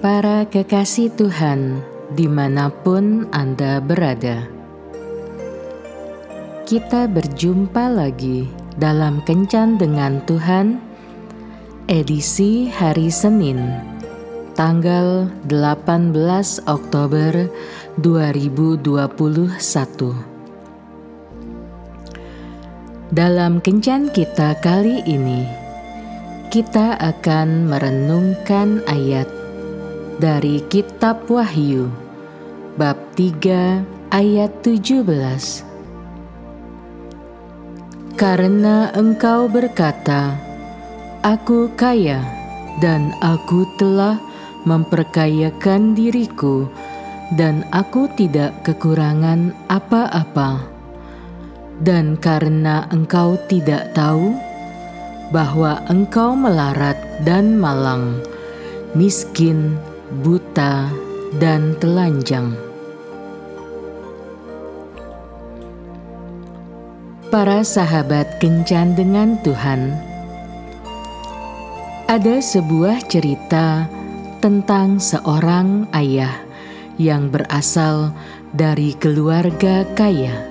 Para kekasih Tuhan, dimanapun Anda berada, kita berjumpa lagi dalam Kencan dengan Tuhan, edisi hari Senin, tanggal 18 Oktober 2021. Dalam Kencan kita kali ini, kita akan merenungkan ayat dari Kitab Wahyu, bab 3 ayat 17. Karena engkau berkata, "Aku kaya, dan aku telah memperkayakan diriku, dan aku tidak kekurangan apa-apa. Dan karena engkau tidak tahu bahwa engkau melarat dan malang, miskin, buta, dan telanjang." Para sahabat Kencan dengan Tuhan, ada sebuah cerita tentang seorang ayah yang berasal dari keluarga kaya.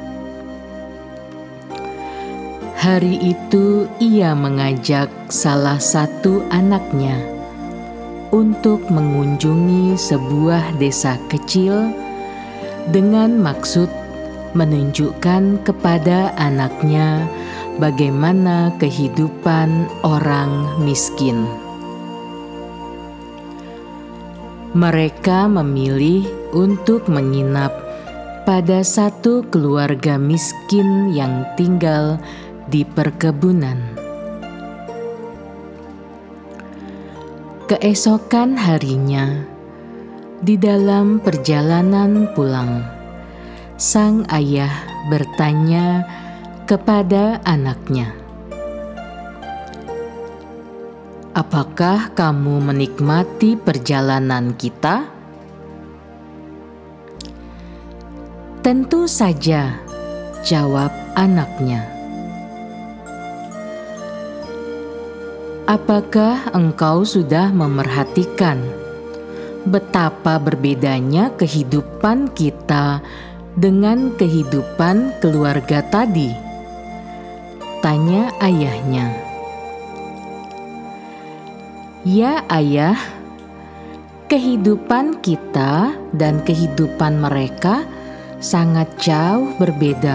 Hari itu ia mengajak salah satu anaknya untuk mengunjungi sebuah desa kecil dengan maksud menunjukkan kepada anaknya bagaimana kehidupan orang miskin. Mereka memilih untuk menginap pada satu keluarga miskin yang tinggal di perkebunan. Keesokan harinya, di dalam perjalanan pulang, sang ayah bertanya kepada anaknya, "Apakah kamu menikmati perjalanan kita?" "Tentu saja," jawab anaknya. "Apakah engkau sudah memerhatikan betapa berbedanya kehidupan kita dengan kehidupan keluarga tadi?" tanya ayahnya. "Ya ayah, kehidupan kita dan kehidupan mereka sangat jauh berbeda.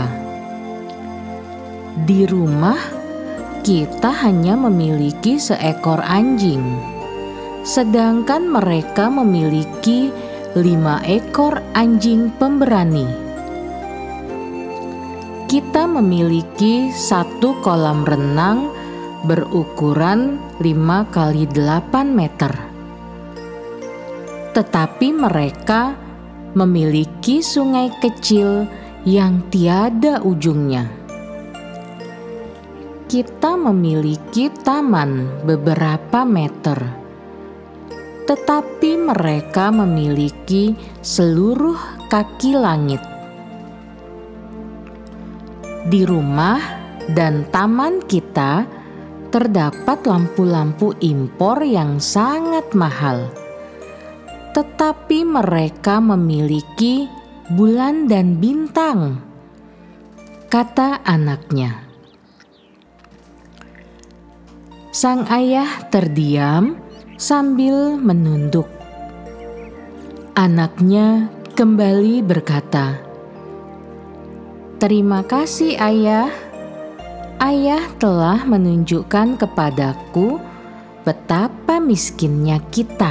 Di rumah kita hanya memiliki seekor anjing, sedangkan mereka memiliki 5 ekor anjing pemberani. Kita memiliki satu kolam renang berukuran 5 kali 8 meter. Tetapi mereka memiliki sungai kecil yang tiada ujungnya. Kita memiliki taman beberapa meter, tetapi mereka memiliki seluruh kaki langit. Di rumah dan taman kita terdapat lampu-lampu impor yang sangat mahal, tetapi mereka memiliki bulan dan bintang," kata anaknya. Sang ayah terdiam sambil menunduk. Anaknya kembali berkata, "Terima kasih ayah. Ayah telah menunjukkan kepadaku betapa miskinnya kita."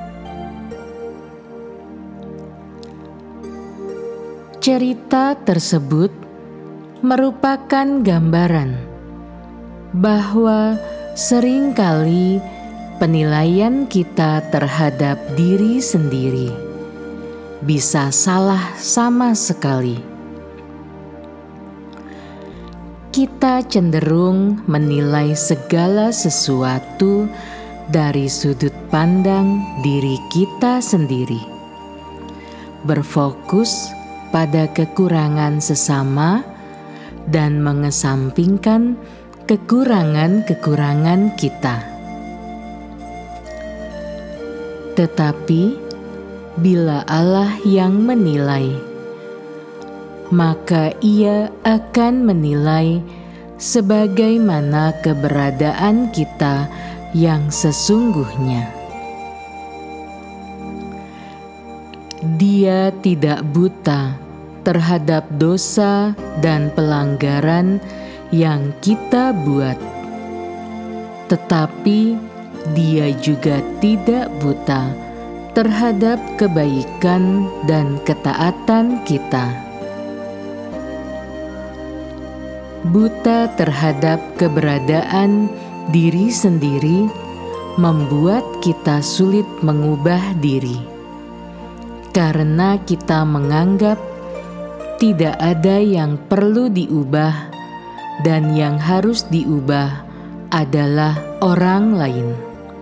Cerita tersebut merupakan gambaran bahwa seringkali penilaian kita terhadap diri sendiri bisa salah sama sekali. Kita cenderung menilai segala sesuatu dari sudut pandang diri kita sendiri, berfokus pada kekurangan sesama dan mengesampingkan kekurangan-kekurangan kita. Tetapi bila Allah yang menilai, maka Ia akan menilai sebagaimana keberadaan kita yang sesungguhnya. Dia tidak buta terhadap dosa dan pelanggaran yang kita buat, tetapi Dia juga tidak buta terhadap kebaikan dan ketaatan kita. Buta terhadap keberadaan diri sendiri membuat kita sulit mengubah diri, karena kita menganggap tidak ada yang perlu diubah dan yang harus diubah adalah orang lain.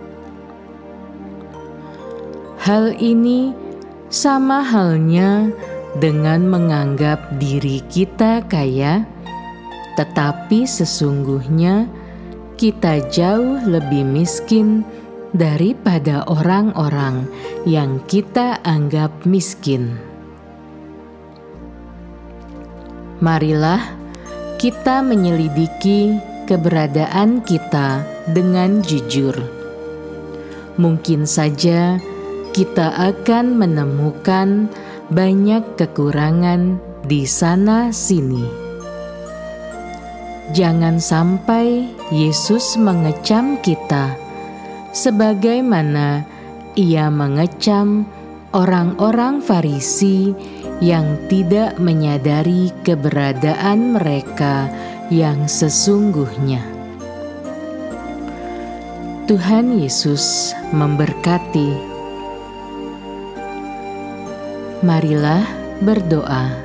Hal ini sama halnya dengan menganggap diri kita kaya, tetapi sesungguhnya kita jauh lebih miskin daripada orang-orang yang kita anggap miskin. Marilah kita menyelidiki keberadaan kita dengan jujur. Mungkin saja kita akan menemukan banyak kekurangan di sana-sini. Jangan sampai Yesus mengecam kita sebagaimana Ia mengecam orang-orang Farisi yang tidak menyadari keberadaan mereka yang sesungguhnya. Tuhan Yesus memberkati. Marilah berdoa.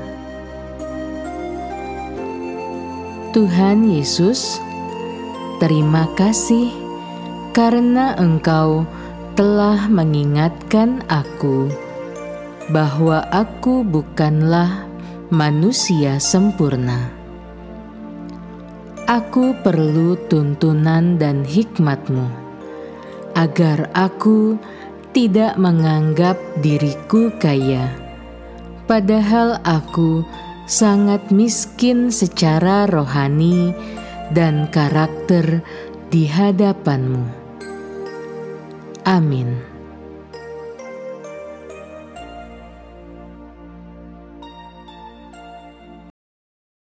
Tuhan Yesus, terima kasih karena Engkau telah mengingatkan aku bahwa aku bukanlah manusia sempurna. Aku perlu tuntunan dan hikmat-Mu, agar aku tidak menganggap diriku kaya, padahal aku sangat miskin secara rohani dan karakter di hadapan-Mu. Amin.